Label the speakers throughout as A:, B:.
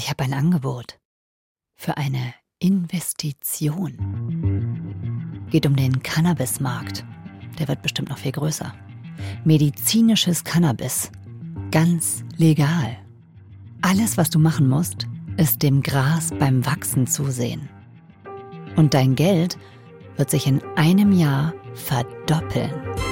A: Ich habe ein Angebot für eine Investition. Geht um den Cannabismarkt. Der wird bestimmt noch viel größer. Medizinisches Cannabis. Ganz legal. Alles, was du machen musst, ist dem Gras beim Wachsen zusehen. Und dein Geld wird sich in einem Jahr verdoppeln.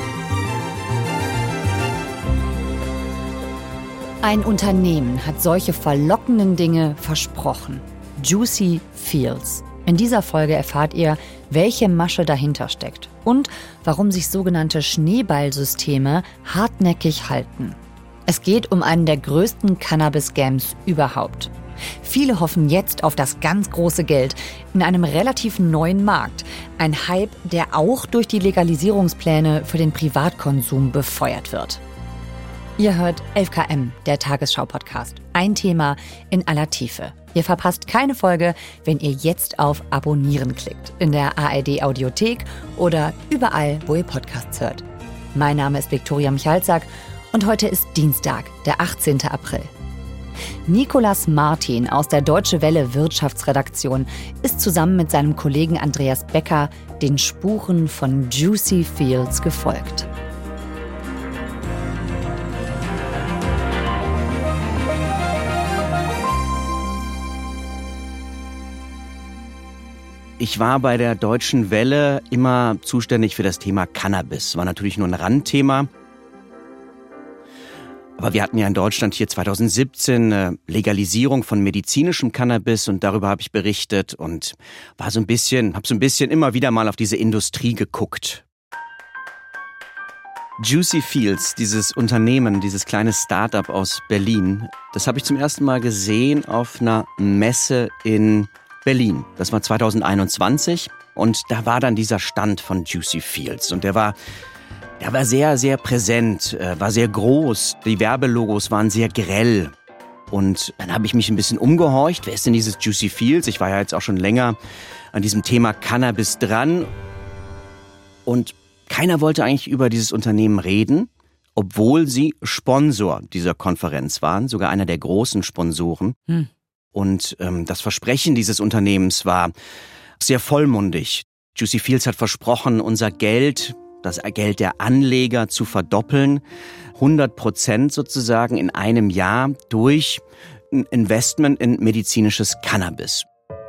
A: Ein Unternehmen hat solche verlockenden Dinge versprochen. Juicy Fields. In dieser Folge erfahrt ihr, welche Masche dahinter steckt und warum sich sogenannte Schneeballsysteme hartnäckig halten. Es geht um einen der größten Cannabis-Scams überhaupt. Viele hoffen jetzt auf das ganz große Geld in einem relativ neuen Markt. Ein Hype, der auch durch die Legalisierungspläne für den Privatkonsum befeuert wird. Ihr hört 11KM, der Tagesschau-Podcast. Ein Thema in aller Tiefe. Ihr verpasst keine Folge, wenn ihr jetzt auf Abonnieren klickt. In der ARD-Audiothek oder überall, wo ihr Podcasts hört. Mein Name ist Viktoria Michalzack und heute ist Dienstag, der 18. April. Nicolas Martin aus der Deutsche Welle Wirtschaftsredaktion ist zusammen mit seinem Kollegen Andreas Becker den Spuren von Juicy Fields gefolgt.
B: Ich war bei der Deutschen Welle immer zuständig für das Thema Cannabis. War natürlich nur ein Randthema. Aber wir hatten ja in Deutschland hier 2017 eine Legalisierung von medizinischem Cannabis und darüber habe ich berichtet und habe so ein bisschen immer wieder mal auf diese Industrie geguckt. Juicy Fields, dieses Unternehmen, dieses kleine Start-up aus Berlin, das habe ich zum ersten Mal gesehen auf einer Messe in Berlin. Das war 2021 und da war dann dieser Stand von Juicy Fields und der war sehr, sehr präsent, war sehr groß. Die Werbelogos waren sehr grell. Und dann habe ich mich ein bisschen umgehorcht. Wer ist denn dieses Juicy Fields? Ich war ja jetzt auch schon länger an diesem Thema Cannabis dran. Und keiner wollte eigentlich über dieses Unternehmen reden, obwohl sie Sponsor dieser Konferenz waren, sogar einer der großen Sponsoren. Und das Versprechen dieses Unternehmens war sehr vollmundig. Juicy Fields hat versprochen, unser Geld, das Geld der Anleger zu verdoppeln, 100% sozusagen in einem Jahr durch ein Investment in medizinisches Cannabis.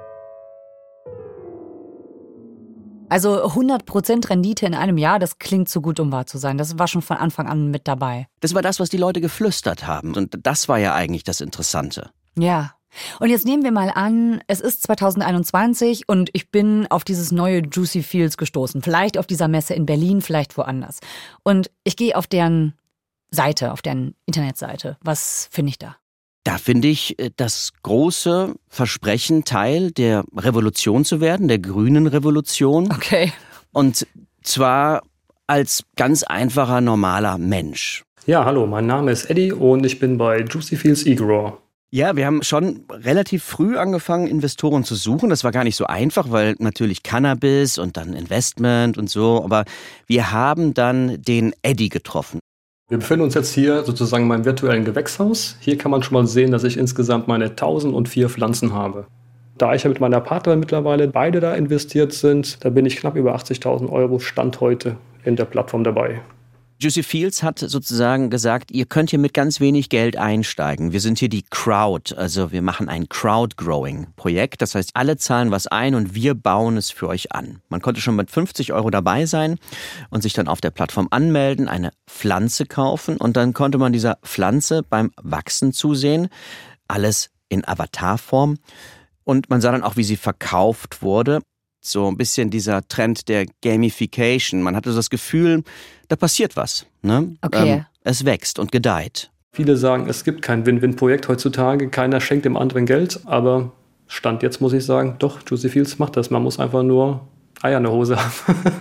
A: Also 100% Rendite in einem Jahr, das klingt zu gut, um wahr zu sein. Das war schon von Anfang an mit dabei.
B: Das war das, was die Leute geflüstert haben. Und das war ja eigentlich das Interessante.
A: Ja. Und jetzt nehmen wir mal an, es ist 2021 und ich bin auf dieses neue Juicy Fields gestoßen. Vielleicht auf dieser Messe in Berlin, vielleicht woanders. Und ich gehe auf deren Seite, auf deren Internetseite. Was finde ich da?
B: Da finde ich das große Versprechen, Teil der Revolution zu werden, der grünen Revolution.
A: Okay.
B: Und zwar als ganz einfacher, normaler Mensch.
C: Ja, hallo, mein Name ist Eddie und ich bin bei Juicy Fields eGrower.
B: Ja, wir haben schon relativ früh angefangen, Investoren zu suchen. Das war gar nicht so einfach, weil natürlich Cannabis und dann Investment und so. Aber wir haben dann den Eddie getroffen.
C: Wir befinden uns jetzt hier sozusagen in meinem virtuellen Gewächshaus. Hier kann man schon mal sehen, dass ich insgesamt meine 1004 Pflanzen habe. Da ich ja mit meiner Partnerin mittlerweile beide da investiert sind, da bin ich knapp über 80.000 € Stand heute in der Plattform dabei.
B: Juicy Fields hat sozusagen gesagt, ihr könnt hier mit ganz wenig Geld einsteigen. Wir sind hier die Crowd, also wir machen ein Crowd-Growing-Projekt. Das heißt, alle zahlen was ein und wir bauen es für euch an. Man konnte schon mit 50 € dabei sein und sich dann auf der Plattform anmelden, eine Pflanze kaufen und dann konnte man dieser Pflanze beim Wachsen zusehen. Alles in Avatarform. Und man sah dann auch, wie sie verkauft wurde. So ein bisschen dieser Trend der Gamification. Man hatte so das Gefühl, da passiert was. Ne?
A: Okay.
B: Es wächst und gedeiht.
C: Viele sagen, es gibt kein Win-Win-Projekt heutzutage. Keiner schenkt dem anderen Geld. Aber Stand jetzt muss ich sagen, doch, Juicy Fields macht das. Man muss einfach nur Eier in der Hose haben.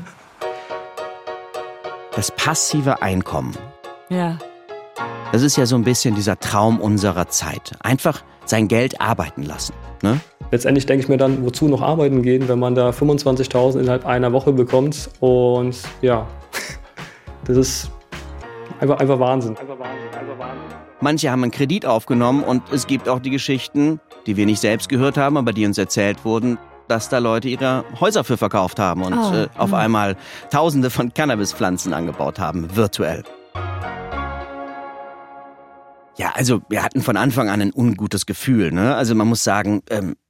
B: Das passive Einkommen.
A: Ja.
B: Das ist ja so ein bisschen dieser Traum unserer Zeit. Einfach sein Geld arbeiten lassen. Ne?
C: Letztendlich denke ich mir dann, wozu noch arbeiten gehen, wenn man da 25.000 innerhalb einer Woche bekommt. Und ja, das ist einfach Wahnsinn.
B: Manche haben einen Kredit aufgenommen und es gibt auch die Geschichten, die wir nicht selbst gehört haben, aber die uns erzählt wurden, dass da Leute ihre Häuser für verkauft haben und auf einmal Tausende von Cannabispflanzen angebaut haben, virtuell. Ja, also wir hatten von Anfang an ein ungutes Gefühl, ne? Also man muss sagen,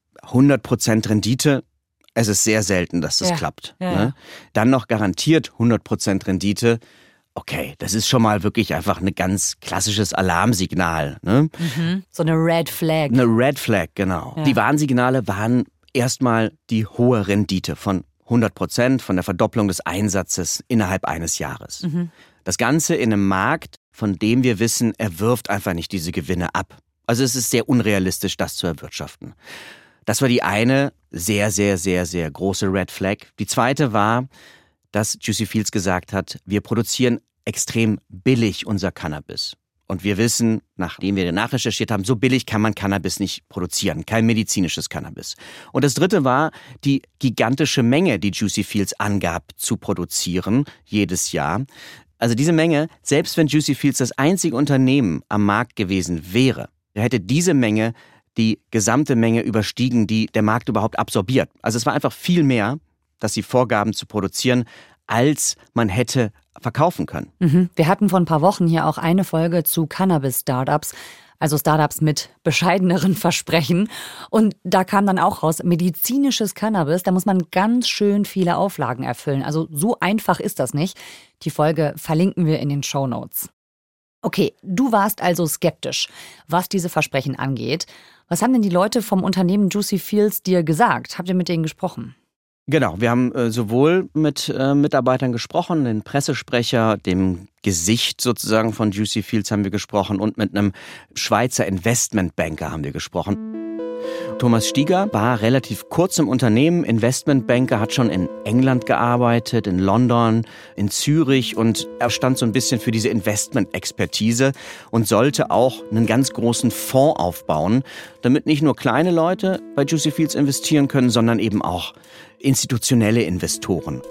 B: 100% Rendite, es ist sehr selten, dass das klappt.
A: Ja,
B: ne?
A: ja.
B: Dann noch garantiert 100% Rendite. Okay, das ist schon mal wirklich einfach ein ganz klassisches Alarmsignal. Ne?
A: So eine Red Flag.
B: Eine Red Flag, genau.
A: Ja.
B: Die Warnsignale waren erstmal die hohe Rendite von 100%, von der Verdopplung des Einsatzes innerhalb eines Jahres. Das Ganze in einem Markt, von dem wir wissen, er wirft einfach nicht diese Gewinne ab. Also es ist sehr unrealistisch, das zu erwirtschaften. Das war die eine sehr, sehr, sehr, sehr große Red Flag. Die zweite war, dass Juicy Fields gesagt hat, wir produzieren extrem billig unser Cannabis. Und wir wissen, nachdem wir nachrecherchiert haben, so billig kann man Cannabis nicht produzieren, kein medizinisches Cannabis. Und das dritte war die gigantische Menge, die Juicy Fields angab zu produzieren, jedes Jahr. Also diese Menge, selbst wenn Juicy Fields das einzige Unternehmen am Markt gewesen wäre, hätte diese Menge die gesamte Menge überstiegen, die der Markt überhaupt absorbiert. Also es war einfach viel mehr, dass sie vorgaben zu produzieren, als man hätte verkaufen können.
A: Wir hatten vor ein paar Wochen hier auch eine Folge zu Cannabis-Startups, also Startups mit bescheideneren Versprechen. Und da kam dann auch raus, medizinisches Cannabis, da muss man ganz schön viele Auflagen erfüllen. Also so einfach ist das nicht. Die Folge verlinken wir in den Shownotes. Okay, du warst also skeptisch, was diese Versprechen angeht. Was haben denn die Leute vom Unternehmen Juicy Fields dir gesagt? Habt ihr mit denen gesprochen?
B: Genau, wir haben sowohl mit Mitarbeitern gesprochen, den Pressesprecher, dem Gesicht sozusagen von Juicy Fields haben wir gesprochen und mit einem Schweizer Investmentbanker haben wir gesprochen. Thomas Stieger war relativ kurz im Unternehmen, Investmentbanker, hat schon in England gearbeitet, in London, in Zürich und er stand so ein bisschen für diese Investment-Expertise und sollte auch einen ganz großen Fonds aufbauen, damit nicht nur kleine Leute bei Juicy Fields investieren können, sondern eben auch institutionelle Investoren.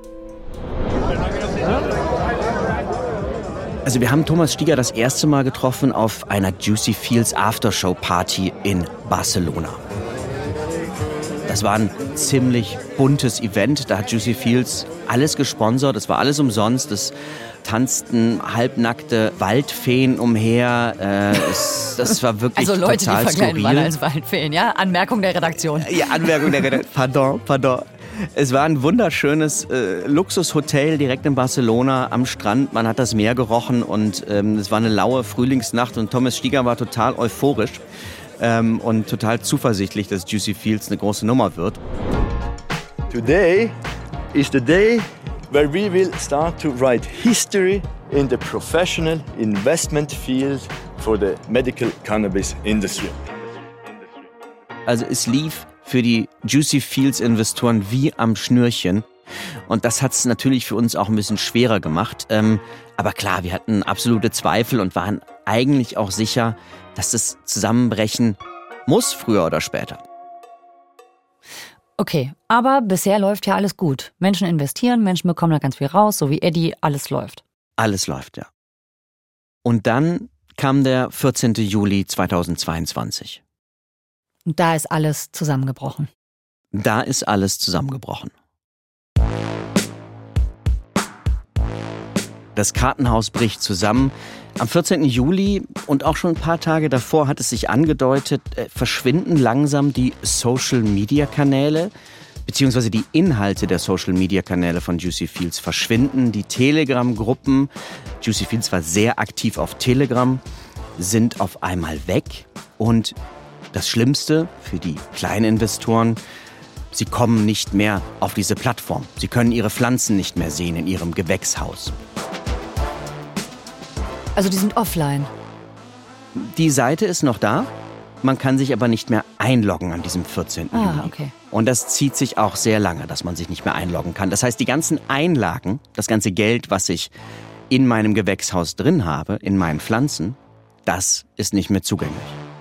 B: Also wir haben Thomas Stieger das erste Mal getroffen auf einer Juicy Fields Aftershow-Party in Barcelona. Das war ein ziemlich buntes Event, da hat Juicy Fields alles gesponsert, das war alles umsonst, es tanzten halbnackte Waldfeen umher, das war wirklich
A: also Leute,
B: total
A: die verkleidet
B: skurril.
A: waren als Waldfeen, ja? Anmerkung der Redaktion.
B: Ja, Anmerkung der Redaktion. Pardon. Es war ein wunderschönes Luxushotel direkt in Barcelona am Strand. Man hat das Meer gerochen und es war eine laue Frühlingsnacht und Thomas Stieger war total euphorisch und total zuversichtlich, dass Juicy Fields eine große Nummer wird.
D: Today is the day where we will start to write history in the professional investment field for the medical cannabis industry.
B: Also es lief für die Juicy Fields Investoren wie am Schnürchen. Und das hat es natürlich für uns auch ein bisschen schwerer gemacht. Aber klar, wir hatten absolute Zweifel und waren eigentlich auch sicher, dass das zusammenbrechen muss, früher oder später.
A: Okay, aber bisher läuft ja alles gut. Menschen investieren, Menschen bekommen da ganz viel raus, so wie Eddie, alles läuft.
B: Alles läuft, ja. Und dann kam der 14. Juli 2022.
A: Und da ist alles zusammengebrochen.
B: Da ist alles zusammengebrochen. Das Kartenhaus bricht zusammen. Am 14. Juli und auch schon ein paar Tage davor hat es sich angedeutet, verschwinden langsam die Social-Media-Kanäle, beziehungsweise die Inhalte der Social-Media-Kanäle von Juicy Fields verschwinden. Die Telegram-Gruppen, Juicy Fields war sehr aktiv auf Telegram, sind auf einmal weg. Und das Schlimmste für die kleinen Investoren, sie kommen nicht mehr auf diese Plattform. Sie können ihre Pflanzen nicht mehr sehen in ihrem Gewächshaus.
A: Also die sind offline.
B: Die Seite ist noch da, man kann sich aber nicht mehr einloggen an diesem 14. Juli.
A: Okay.
B: Und das zieht sich auch sehr lange, dass man sich nicht mehr einloggen kann. Das heißt, die ganzen Einlagen, das ganze Geld, was ich in meinem Gewächshaus drin habe, in meinen Pflanzen, das ist nicht mehr zugänglich.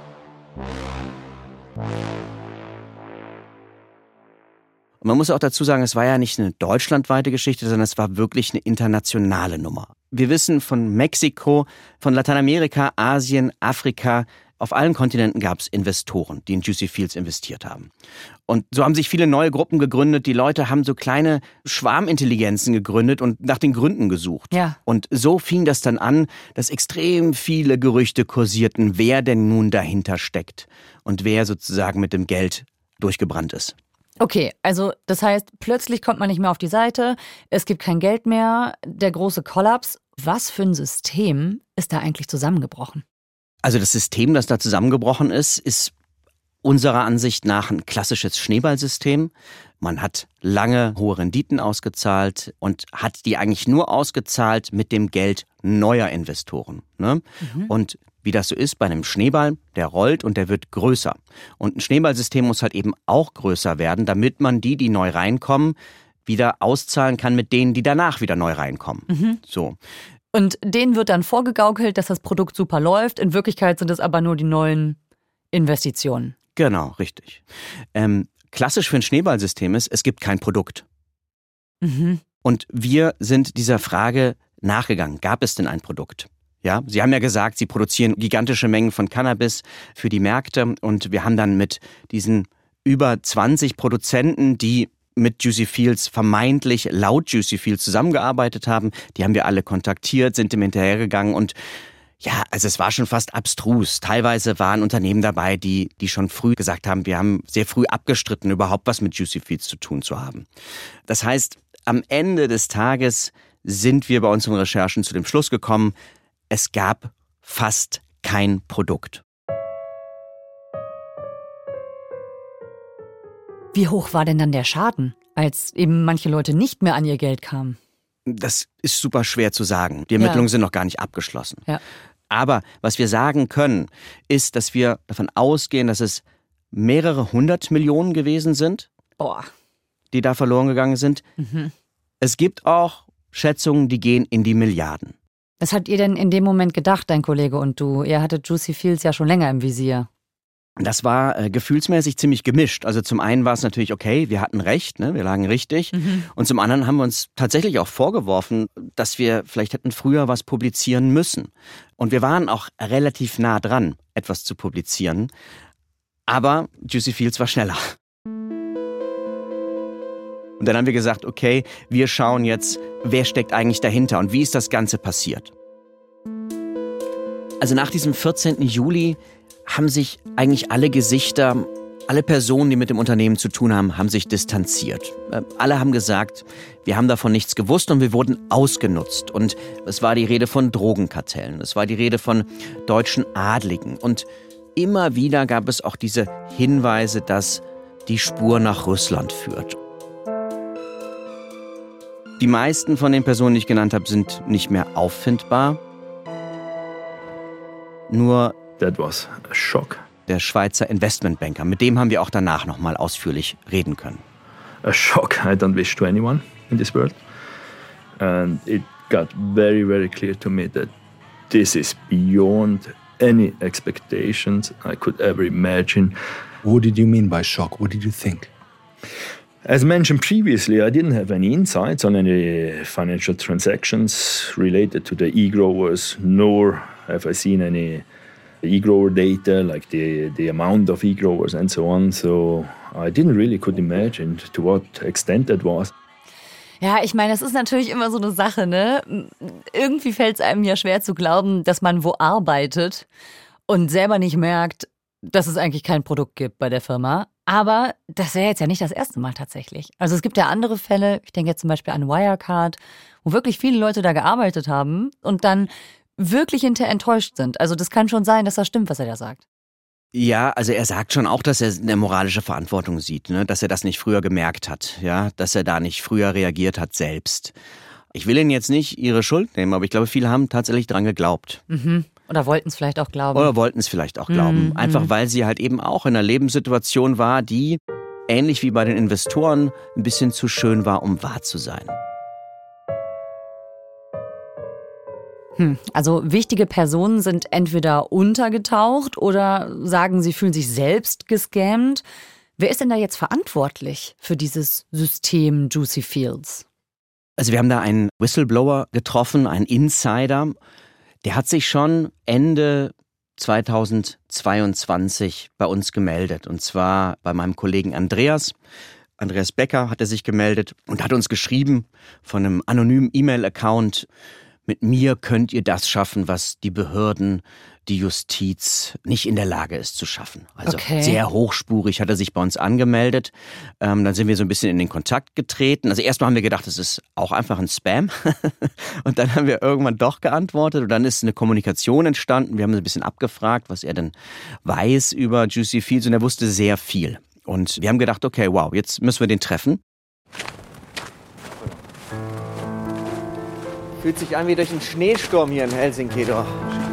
B: Und man muss auch dazu sagen, es war ja nicht eine deutschlandweite Geschichte, sondern es war wirklich eine internationale Nummer. Wir wissen von Mexiko, von Lateinamerika, Asien, Afrika, Auf allen Kontinenten gab es Investoren, die in Juicy Fields investiert haben. Und so haben sich viele neue Gruppen gegründet. Die Leute haben so kleine Schwarmintelligenzen gegründet und nach den Gründen gesucht.
A: Ja.
B: Und so fing das dann an, dass extrem viele Gerüchte kursierten, wer denn nun dahinter steckt und wer sozusagen mit dem Geld durchgebrannt ist.
A: Okay, also das heißt, plötzlich kommt man nicht mehr auf die Seite, es gibt kein Geld mehr, der große Kollaps. Was für ein System ist da eigentlich zusammengebrochen?
B: Also das System, das da zusammengebrochen ist unserer Ansicht nach ein klassisches Schneeballsystem. Man hat lange hohe Renditen ausgezahlt und hat die eigentlich nur ausgezahlt mit dem Geld neuer Investoren. Ne? Und wie das so ist bei einem Schneeball, der rollt und der wird größer. Und ein Schneeballsystem muss halt eben auch größer werden, damit man die neu reinkommen, wieder auszahlen kann mit denen, die danach wieder neu reinkommen. So.
A: Und denen wird dann vorgegaukelt, dass das Produkt super läuft. In Wirklichkeit sind es aber nur die neuen Investitionen.
B: Genau, richtig. Klassisch für ein Schneeballsystem ist, es gibt kein Produkt. Und wir sind dieser Frage nachgegangen. Gab es denn ein Produkt? Ja, Sie haben ja gesagt, Sie produzieren gigantische Mengen von Cannabis für die Märkte. Und wir haben dann mit diesen über 20 Produzenten, die mit Juicy Fields vermeintlich laut Juicy Fields zusammengearbeitet haben. Die haben wir alle kontaktiert, sind dem hinterhergegangen und ja, also es war schon fast abstrus. Teilweise waren Unternehmen dabei, die schon früh gesagt haben, wir haben sehr früh abgestritten, überhaupt was mit Juicy Fields zu tun zu haben. Das heißt, am Ende des Tages sind wir bei unseren Recherchen zu dem Schluss gekommen, es gab fast kein Produkt.
A: Wie hoch war denn dann der Schaden, als eben manche Leute nicht mehr an ihr Geld kamen?
B: Das ist super schwer zu sagen. Die Ermittlungen sind noch gar nicht abgeschlossen.
A: Ja.
B: Aber was wir sagen können, ist, dass wir davon ausgehen, dass es mehrere 100 Millionen gewesen sind, die da verloren gegangen sind. Es gibt auch Schätzungen, die gehen in die Milliarden.
A: Was habt ihr denn in dem Moment gedacht, dein Kollege und du? Ihr hattet Juicy Fields ja schon länger im Visier.
B: Das war gefühlsmäßig ziemlich gemischt. Also zum einen war es natürlich okay, wir hatten recht, ne? Wir lagen richtig. Und zum anderen haben wir uns tatsächlich auch vorgeworfen, dass wir vielleicht hätten früher was publizieren müssen. Und wir waren auch relativ nah dran, etwas zu publizieren. Aber Juicy Fields war schneller. Und dann haben wir gesagt, okay, wir schauen jetzt, wer steckt eigentlich dahinter und wie ist das Ganze passiert. Also nach diesem 14. Juli haben sich eigentlich alle Gesichter, alle Personen, die mit dem Unternehmen zu tun haben, haben sich distanziert. Alle haben gesagt, wir haben davon nichts gewusst und wir wurden ausgenutzt. Und es war die Rede von Drogenkartellen, es war die Rede von deutschen Adligen. Und immer wieder gab es auch diese Hinweise, dass die Spur nach Russland führt. Die meisten von den Personen, die ich genannt habe, sind nicht mehr auffindbar. Nur
D: That was a shock.
B: Der Schweizer Investmentbanker, mit dem haben wir auch danach nochmal ausführlich reden können.
D: A shock I don't wish to anyone in this world. And it got very, very clear to me that this is beyond any expectations I could ever imagine.
E: What did you mean by shock? What did you think?
D: As mentioned previously, I didn't have any insights on any financial transactions related to the e-growers, nor have I seen any e-grower data, like the amount of e-growers and so on. So I didn't really could imagine to what extent that was.
A: Ja, ich meine, es ist natürlich immer so eine Sache, ne? Irgendwie fällt es einem ja schwer zu glauben, dass man wo arbeitet und selber nicht merkt, dass es eigentlich kein Produkt gibt bei der Firma. Aber das wäre jetzt ja nicht das erste Mal tatsächlich. Also es gibt ja andere Fälle, ich denke jetzt zum Beispiel an Wirecard, wo wirklich viele Leute da gearbeitet haben und dann wirklich hinterher enttäuscht sind. Also das kann schon sein, dass das stimmt, was er da sagt.
B: Ja, also er sagt schon auch, dass er eine moralische Verantwortung sieht, ne? Dass er das nicht früher gemerkt hat, ja, dass er da nicht früher reagiert hat selbst. Ich will Ihnen jetzt nicht Ihre Schuld nehmen, aber ich glaube, viele haben tatsächlich dran geglaubt.
A: Oder wollten es vielleicht auch glauben.
B: Einfach weil sie halt eben auch in einer Lebenssituation war, die, ähnlich wie bei den Investoren, ein bisschen zu schön war, um wahr zu sein.
A: Also wichtige Personen sind entweder untergetaucht oder sagen, sie fühlen sich selbst gescammt. Wer ist denn da jetzt verantwortlich für dieses System Juicy Fields?
B: Also wir haben da einen Whistleblower getroffen, einen Insider. Der hat sich schon Ende 2022 bei uns gemeldet. Und zwar bei meinem Kollegen Andreas. Andreas Becker hat er sich gemeldet und hat uns geschrieben von einem anonymen E-Mail-Account: Mit mir könnt ihr das schaffen, was die Behörden, die Justiz nicht in der Lage ist zu schaffen. Also sehr hochspurig hat er sich bei uns angemeldet. Dann sind wir so ein bisschen in den Kontakt getreten. Also erstmal haben wir gedacht, es ist auch einfach ein Spam. Und dann haben wir irgendwann doch geantwortet und dann ist eine Kommunikation entstanden. Wir haben ein bisschen abgefragt, was er denn weiß über Juicy Fields und er wusste sehr viel. Und wir haben gedacht, okay, wow, jetzt müssen wir den treffen.
F: Fühlt sich an wie durch einen Schneesturm hier in Helsinki, doch.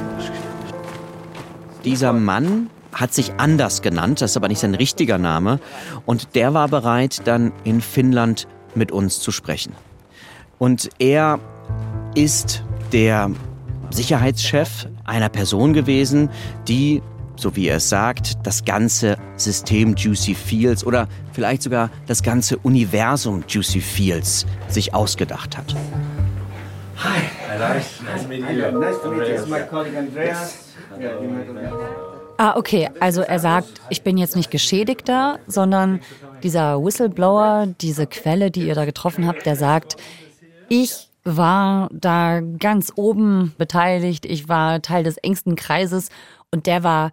B: Dieser Mann hat sich Anders genannt, das ist aber nicht sein richtiger Name. Und der war bereit, dann in Finnland mit uns zu sprechen. Und er ist der Sicherheitschef einer Person gewesen, die, so wie er es sagt, das ganze System Juicy Fields oder vielleicht sogar das ganze Universum Juicy Fields sich ausgedacht hat.
F: Hi. Nice to meet you. Nice to meet you. My colleague Andreas.
A: Okay, also er sagt, ich bin jetzt nicht Geschädigter, sondern dieser Whistleblower, diese Quelle, die ihr da getroffen habt, der sagt, ich war da ganz oben beteiligt, ich war Teil des engsten Kreises und der war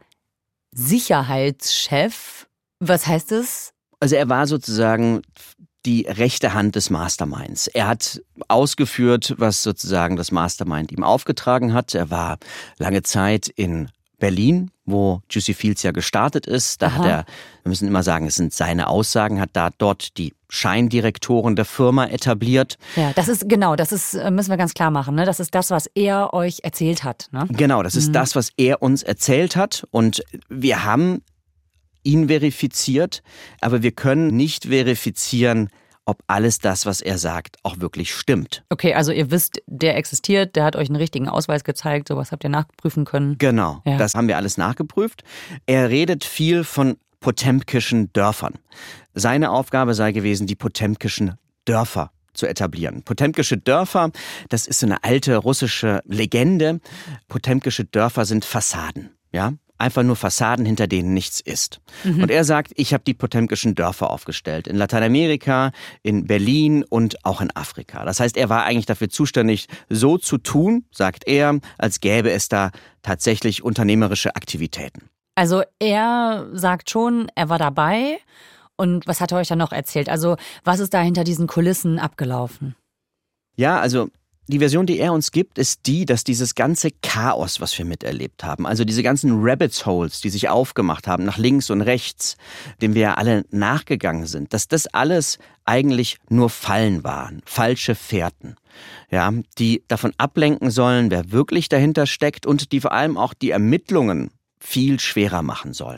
A: Sicherheitschef. Was heißt das?
B: Also er war sozusagen die rechte Hand des Masterminds. Er hat ausgeführt, was sozusagen das Mastermind ihm aufgetragen hat. Er war lange Zeit in Berlin, wo Juicy Fields ja gestartet ist. Da hat er, wir müssen immer sagen, es sind seine Aussagen, hat da dort die Scheindirektoren der Firma etabliert.
A: Ja, das ist, müssen wir ganz klar machen, ne? Das ist das, was er euch erzählt hat, ne?
B: Genau, das ist das, was er uns erzählt hat. Und wir haben ihn verifiziert, aber wir können nicht verifizieren, ob alles das, was er sagt, auch wirklich stimmt.
A: Okay, also ihr wisst, der existiert, der hat euch einen richtigen Ausweis gezeigt, sowas habt ihr nachprüfen können.
B: Genau, ja. Das haben wir alles nachgeprüft. Er redet viel von potemkischen Dörfern. Seine Aufgabe sei gewesen, die potemkischen Dörfer zu etablieren. Potemkische Dörfer, das ist so eine alte russische Legende. Potemkische Dörfer sind Fassaden, ja? Einfach nur Fassaden, hinter denen nichts ist. Und er sagt, ich habe die potemkischen Dörfer aufgestellt. In Lateinamerika, in Berlin und auch in Afrika. Das heißt, er war eigentlich dafür zuständig, so zu tun, sagt er, als gäbe es da tatsächlich unternehmerische Aktivitäten.
A: Also er sagt schon, er war dabei. Und was hat er euch dann noch erzählt? Also was ist da hinter diesen Kulissen abgelaufen?
B: Ja, also die Version, die er uns gibt, ist die, dass dieses ganze Chaos, was wir miterlebt haben, also diese ganzen Rabbit Holes, die sich aufgemacht haben, nach links und rechts, dem wir ja alle nachgegangen sind, dass das alles eigentlich nur Fallen waren, falsche Fährten, ja, die davon ablenken sollen, wer wirklich dahinter steckt und die vor allem auch die Ermittlungen viel schwerer machen sollen.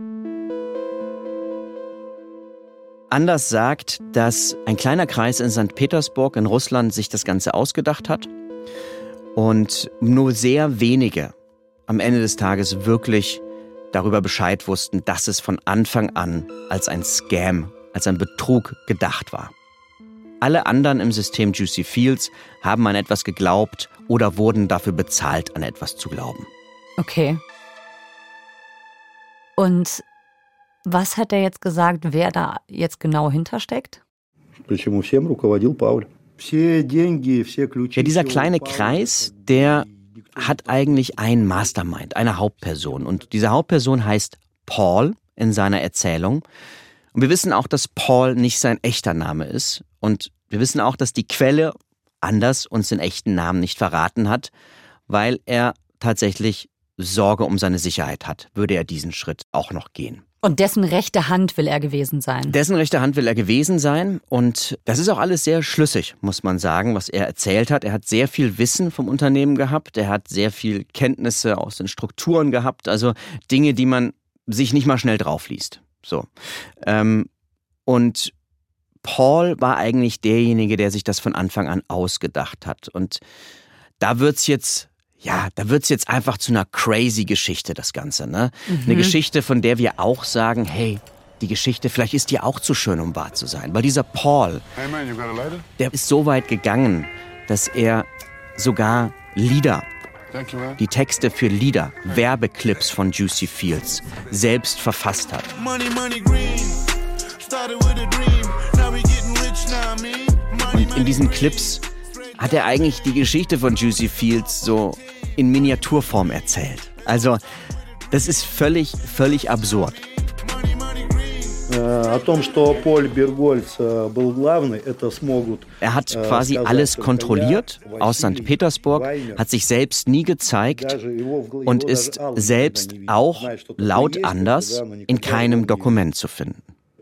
B: Anders sagt, dass ein kleiner Kreis in St. Petersburg in Russland sich das Ganze ausgedacht hat und nur sehr wenige am Ende des Tages wirklich darüber Bescheid wussten, dass es von Anfang an als ein Scam, als ein Betrug gedacht war. Alle anderen im System Juicy Fields haben an etwas geglaubt oder wurden dafür bezahlt, an etwas zu glauben.
A: Okay. Und was hat er jetzt gesagt, wer da jetzt genau hintersteckt?
B: Ja, dieser kleine Kreis, der hat eigentlich einen Mastermind, eine Hauptperson. Und diese Hauptperson heißt Paul in seiner Erzählung. Und wir wissen auch, dass Paul nicht sein echter Name ist. Und wir wissen auch, dass die Quelle Anders uns den echten Namen nicht verraten hat, weil er tatsächlich Sorge um seine Sicherheit hat, würde er diesen Schritt auch noch gehen.
A: Und dessen rechte Hand will er gewesen sein.
B: Dessen rechte Hand will er gewesen sein. Und das ist auch alles sehr schlüssig, muss man sagen, was er erzählt hat. Er hat sehr viel Wissen vom Unternehmen gehabt. Er hat sehr viel Kenntnisse aus den Strukturen gehabt. Also Dinge, die man sich nicht mal schnell draufliest. So. Und Paul war eigentlich derjenige, der sich das von Anfang an ausgedacht hat. Und da wird's jetzt einfach zu einer crazy Geschichte, das Ganze, ne? Eine Geschichte, von der wir auch sagen, hey, die Geschichte, vielleicht ist die auch zu schön, um wahr zu sein. Weil dieser Paul, der ist so weit gegangen, dass er sogar Lieder die Texte für Lieder, Werbeclips von Juicy Fields selbst verfasst hat. Und in diesen Clips hat er eigentlich die Geschichte von Juicy Fields so in Miniaturform erzählt. Also, das ist völlig absurd. Er hat quasi alles kontrolliert aus St. Petersburg, hat sich selbst nie gezeigt und ist selbst auch laut Anders in keinem Dokument zu finden.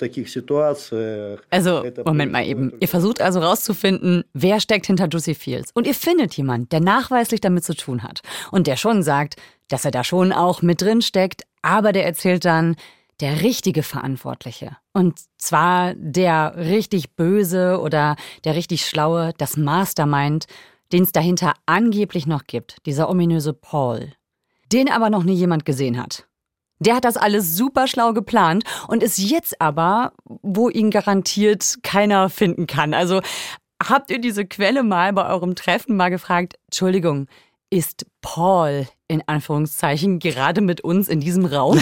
A: Also, Moment mal eben. Ihr versucht also rauszufinden, wer steckt hinter Juicy Fields. Und ihr findet jemanden, der nachweislich damit zu tun hat. Und der schon sagt, dass er da schon auch mit drin steckt. Aber der erzählt dann, der richtige Verantwortliche. Und zwar der richtig Böse oder der richtig Schlaue, das Mastermind, den es dahinter angeblich noch gibt. Dieser ominöse Paul. Den aber noch nie jemand gesehen hat. Der hat das alles super schlau geplant und ist jetzt aber, wo ihn garantiert keiner finden kann. Also habt ihr diese Quelle mal bei eurem Treffen mal gefragt, Entschuldigung, ist Paul in Anführungszeichen gerade mit uns in diesem Raum?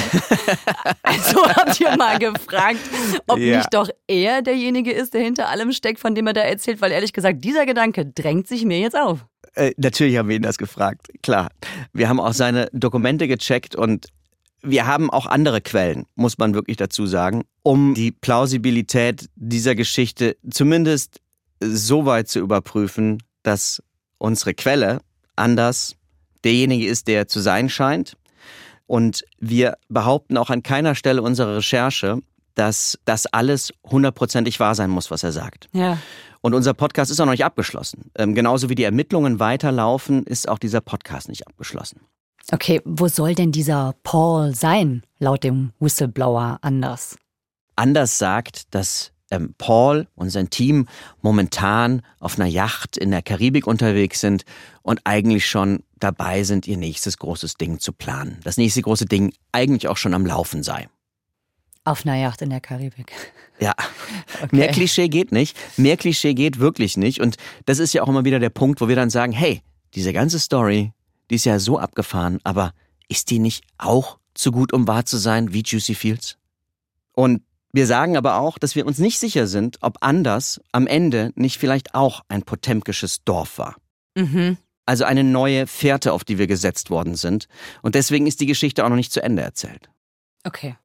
A: Also habt ihr mal gefragt, ob nicht doch er derjenige ist, der hinter allem steckt, von dem er da erzählt? Weil ehrlich gesagt, dieser Gedanke drängt sich mir jetzt auf.
B: Natürlich haben wir ihn das gefragt, klar. Wir haben auch seine Dokumente gecheckt und wir haben auch andere Quellen, muss man wirklich dazu sagen, um die Plausibilität dieser Geschichte zumindest so weit zu überprüfen, dass unsere Quelle Anders derjenige ist, der zu sein scheint. Und wir behaupten auch an keiner Stelle unserer Recherche, dass das alles 100%ig wahr sein muss, was er sagt.
A: Ja.
B: Und unser Podcast ist auch noch nicht abgeschlossen. Genauso wie die Ermittlungen weiterlaufen, ist auch dieser Podcast nicht abgeschlossen.
A: Okay, wo soll denn dieser Paul sein, laut dem Whistleblower Anders?
B: Anders sagt, dass Paul und sein Team momentan auf einer Yacht in der Karibik unterwegs sind und eigentlich schon dabei sind, ihr nächstes großes Ding zu planen. Das nächste große Ding eigentlich auch schon am Laufen sei.
A: Auf einer Yacht in der Karibik.
B: Ja,
A: Okay.
B: Mehr Klischee geht nicht. Mehr Klischee geht wirklich nicht. Und das ist ja auch immer wieder der Punkt, wo wir dann sagen, hey, diese ganze Story, die ist ja so abgefahren, aber ist die nicht auch zu gut, um wahr zu sein wie Juicy Fields? Und wir sagen aber auch, dass wir uns nicht sicher sind, ob Anders am Ende nicht vielleicht auch ein potemkisches Dorf war.
A: Mhm.
B: Also eine neue Fährte, auf die wir gesetzt worden sind. Und deswegen ist die Geschichte auch noch nicht zu Ende erzählt.
A: Okay.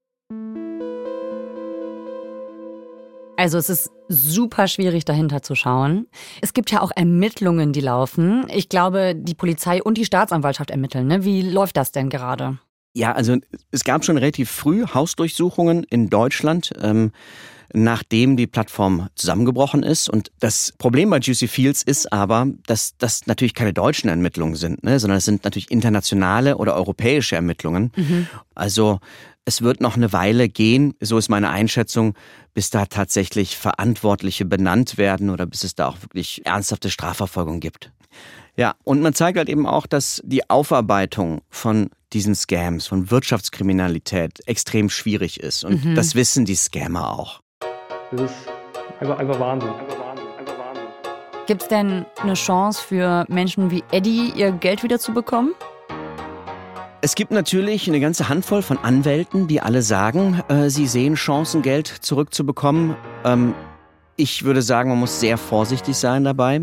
A: Also es ist super schwierig, dahinter zu schauen. Es gibt ja auch Ermittlungen, die laufen. Ich glaube, die Polizei und die Staatsanwaltschaft ermitteln. Ne? Wie läuft das denn gerade?
B: Ja, also es gab schon relativ früh Hausdurchsuchungen in Deutschland, nachdem die Plattform zusammengebrochen ist. Und das Problem bei Juicy Fields ist aber, dass das natürlich keine deutschen Ermittlungen sind, ne? Sondern es sind natürlich internationale oder europäische Ermittlungen. Mhm. Also es wird noch eine Weile gehen, so ist meine Einschätzung, bis da tatsächlich Verantwortliche benannt werden oder bis es da auch wirklich ernsthafte Strafverfolgung gibt. Ja, und man zeigt halt eben auch, dass die Aufarbeitung von diesen Scams, von Wirtschaftskriminalität extrem schwierig ist. Und das wissen die Scammer auch.
C: Das ist einfach Wahnsinn.
A: Gibt es denn eine Chance für Menschen wie Eddie, ihr Geld wieder zu bekommen?
B: Es gibt natürlich eine ganze Handvoll von Anwälten, die alle sagen, sie sehen Chancen, Geld zurückzubekommen. Ich würde sagen, man muss sehr vorsichtig sein dabei.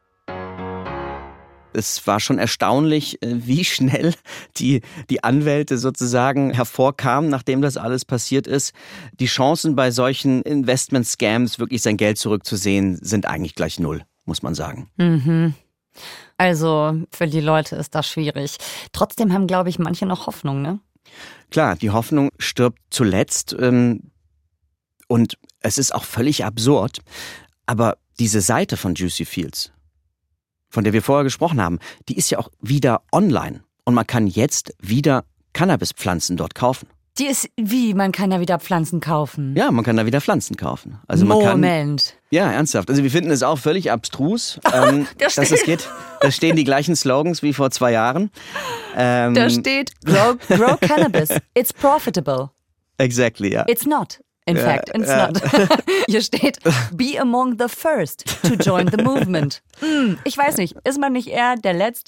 B: Es war schon erstaunlich, wie schnell die Anwälte sozusagen hervorkamen, nachdem das alles passiert ist. Die Chancen bei solchen Investment-Scams, wirklich sein Geld zurückzusehen, sind eigentlich gleich null, muss man sagen.
A: Mhm. Also für die Leute ist das schwierig. Trotzdem haben, glaube ich, manche noch Hoffnung, ne?
B: Klar, die Hoffnung stirbt zuletzt. Und es ist auch völlig absurd. Aber diese Seite von Juicy Fields, von der wir vorher gesprochen haben, die ist ja auch wieder online. Und man kann jetzt wieder Cannabispflanzen dort kaufen.
A: Die ist wie, man kann da wieder Pflanzen kaufen.
B: Ja, man kann da wieder Pflanzen kaufen. Also man
A: Moment.
B: Ja, ernsthaft. Also wir finden es auch völlig abstrus, dass es geht. Da stehen die gleichen Slogans wie vor 2 Jahren.
A: Da steht, grow cannabis. It's profitable.
B: Exactly, ja.
A: It's not. In fact, it's not. Hier steht, be among the first to join the movement. Ich weiß nicht, ist man nicht eher der Letzte,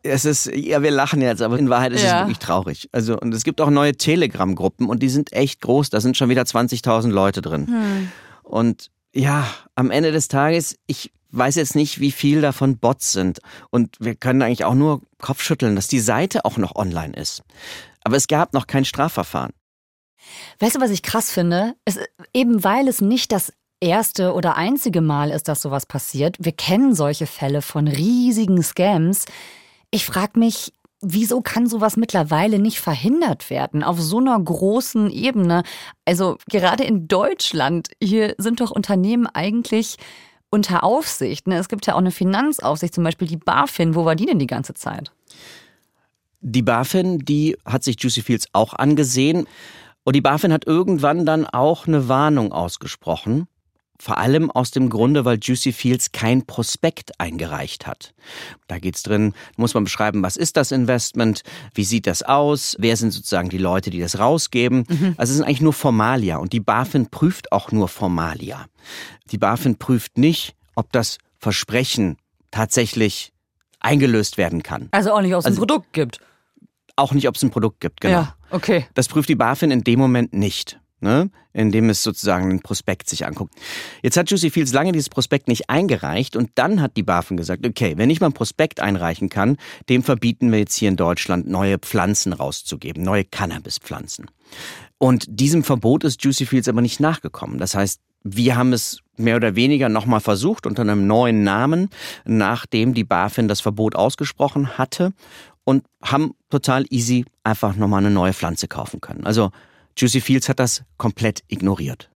B: wir lachen jetzt, aber in Wahrheit ist es wirklich traurig. Also, und es gibt auch neue Telegram-Gruppen und die sind echt groß. Da sind schon wieder 20.000 Leute drin. Und ja, am Ende des Tages, ich weiß jetzt nicht, wie viel davon Bots sind. Und wir können eigentlich auch nur Kopfschütteln, dass die Seite auch noch online ist. Aber es gab noch kein Strafverfahren.
A: Weißt du, was ich krass finde? Eben weil es nicht das erste oder einzige Mal ist, dass sowas passiert. Wir kennen solche Fälle von riesigen Scams. Ich frage mich, wieso kann sowas mittlerweile nicht verhindert werden auf so einer großen Ebene? Also gerade in Deutschland, hier sind doch Unternehmen eigentlich unter Aufsicht. Ne? Es gibt ja auch eine Finanzaufsicht, zum Beispiel die BaFin. Wo war die denn die ganze Zeit?
B: Die BaFin, die hat sich Juicy Fields auch angesehen. Und die BaFin hat irgendwann dann auch eine Warnung ausgesprochen. Vor allem aus dem Grunde, weil Juicy Fields kein Prospekt eingereicht hat. Da geht's drin, muss man beschreiben, was ist das Investment, wie sieht das aus, wer sind sozusagen die Leute, die das rausgeben. Also es sind eigentlich nur Formalia und die BaFin prüft auch nur Formalia. Die BaFin prüft nicht, ob das Versprechen tatsächlich eingelöst werden kann.
A: Also auch nicht, ob es ein Produkt gibt.
B: Auch nicht, ob es ein Produkt gibt, genau.
A: Ja, okay.
B: Das prüft die BaFin in dem Moment nicht. Ne, indem es sozusagen ein Prospekt sich anguckt. Jetzt hat Juicy Fields lange dieses Prospekt nicht eingereicht und dann hat die BaFin gesagt, okay, wenn ich mal ein Prospekt einreichen kann, dem verbieten wir jetzt hier in Deutschland neue Pflanzen rauszugeben, neue Cannabispflanzen. Und diesem Verbot ist Juicy Fields aber nicht nachgekommen. Das heißt, wir haben es mehr oder weniger nochmal versucht unter einem neuen Namen, nachdem die BaFin das Verbot ausgesprochen hatte und haben total easy einfach nochmal eine neue Pflanze kaufen können. Also Juicy Fields hat das komplett ignoriert.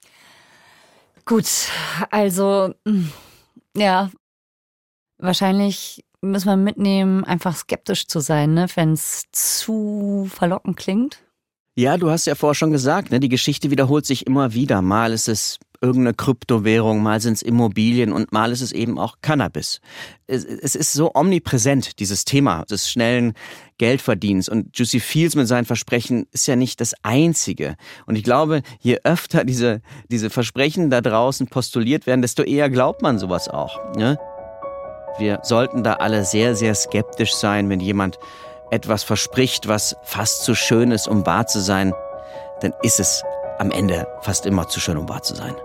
A: Gut, also ja, wahrscheinlich müssen wir mitnehmen, einfach skeptisch zu sein, ne, wenn es zu verlockend klingt.
B: Ja, du hast ja vorher schon gesagt, ne, die Geschichte wiederholt sich immer wieder. Mal ist es irgendeine Kryptowährung, mal sind es Immobilien und mal ist es eben auch Cannabis. Es ist so omnipräsent, dieses Thema des schnellen Geldverdienens. Und Juicy Fields mit seinen Versprechen ist ja nicht das Einzige. Und ich glaube, je öfter diese Versprechen da draußen postuliert werden, desto eher glaubt man sowas auch. Ne? Wir sollten da alle sehr, sehr skeptisch sein, wenn jemand etwas verspricht, was fast zu schön ist, um wahr zu sein, dann ist es am Ende fast immer zu schön, um wahr zu sein.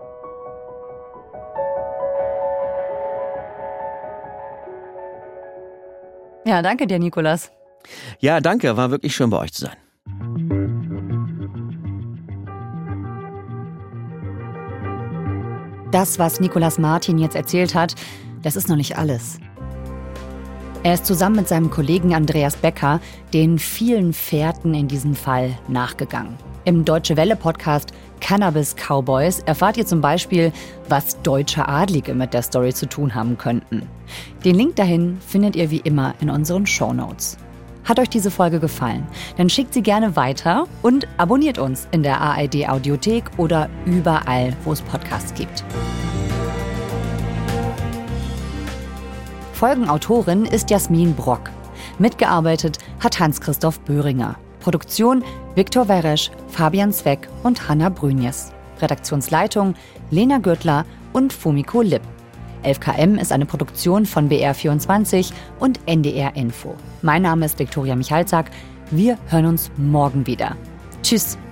A: Ja, danke dir, Nikolas.
B: Ja, danke. War wirklich schön, bei euch zu sein.
A: Das, was Nicolas Martin jetzt erzählt hat, das ist noch nicht alles. Er ist zusammen mit seinem Kollegen Andreas Becker den vielen Fährten in diesem Fall nachgegangen. Im Deutsche Welle-Podcast Cannabis Cowboys erfahrt ihr zum Beispiel, was deutsche Adlige mit der Story zu tun haben könnten. Den Link dahin findet ihr wie immer in unseren Shownotes. Hat euch diese Folge gefallen? Dann schickt sie gerne weiter und abonniert uns in der ARD-Audiothek oder überall, wo es Podcasts gibt. Folgenautorin ist Jasmin Brock. Mitgearbeitet hat Hans-Christoph Böhringer. Produktion Viktor Weresch, Fabian Zweck und Hanna Brünjes. Redaktionsleitung Lena Gürtler und Fumiko Lipp. 11KM ist eine Produktion von BR24 und NDR Info. Mein Name ist Viktoria Michalzack. Wir hören uns morgen wieder. Tschüss.